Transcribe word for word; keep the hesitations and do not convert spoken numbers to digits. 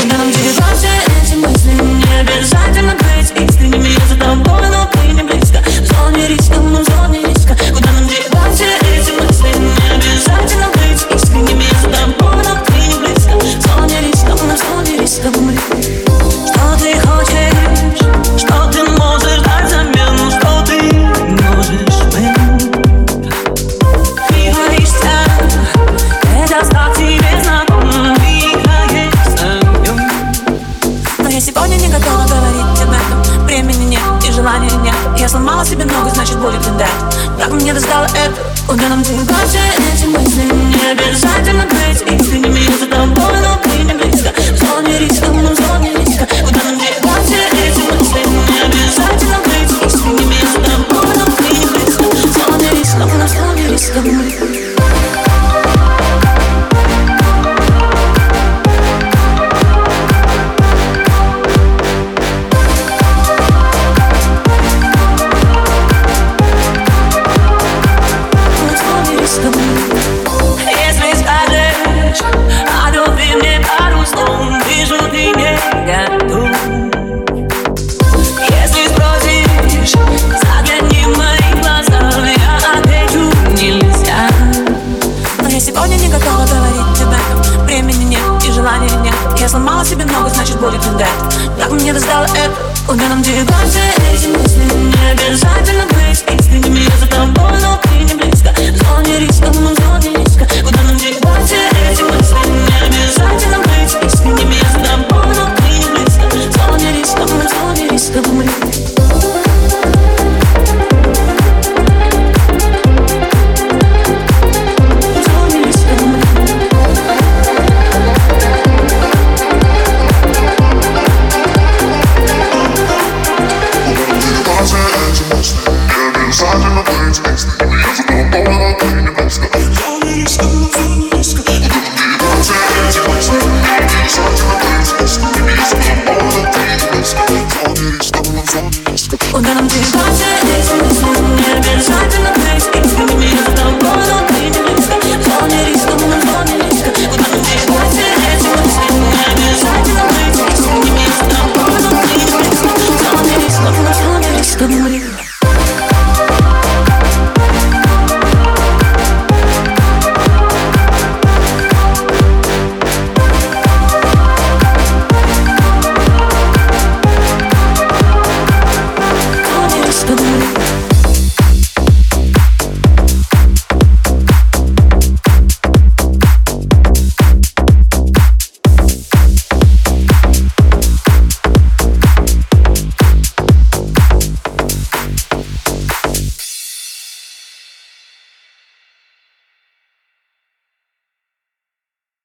Куда нам деваться эти мысли? Не обязательно быть искренними. Я за тобой, но ты не близко. В зоне риска, мы в зоне риска. Куда нам деваться эти мысли? Не обязательно быть искренними. Я за тобой, но ты не близко. В зоне риска, мы в зоне риска. Что ты хочешь? Что ты можешь дать взамен? Что ты можешь мне? Ты боишься, это стал тебе знаком. Двигаясь огнем. Но я сегодня не готова говорить об этом. Времени нет и желания нет. Я сломала себе ногу, значит будет и дать. Как мне достало это? Куда нам деваться эти мысли? Не обязательно быть искренними. Я за тобой, но ты не близко. В зоне риска, мы в зоне риска. Куда нам деваться эти мысли? Не обязательно быть искренними. Я за тобой, но ты не близко. В зоне риска, мы в зоне риска. Если скажешь, а то ты мне пару слов, вижу, ты не готов. Если спросишь, загляни в мои глаза, я отвечу нельзя. Но я сегодня не готова говорить об этом. Времени нет и желания нет. Я сломала себе ногу, значит будет и дать. Как мне достало это? Куда нам деваться эти мысли? Не обязательно быть искренними. Я за тобой, но ты не близко. В зоне риска, мы в зоне риска.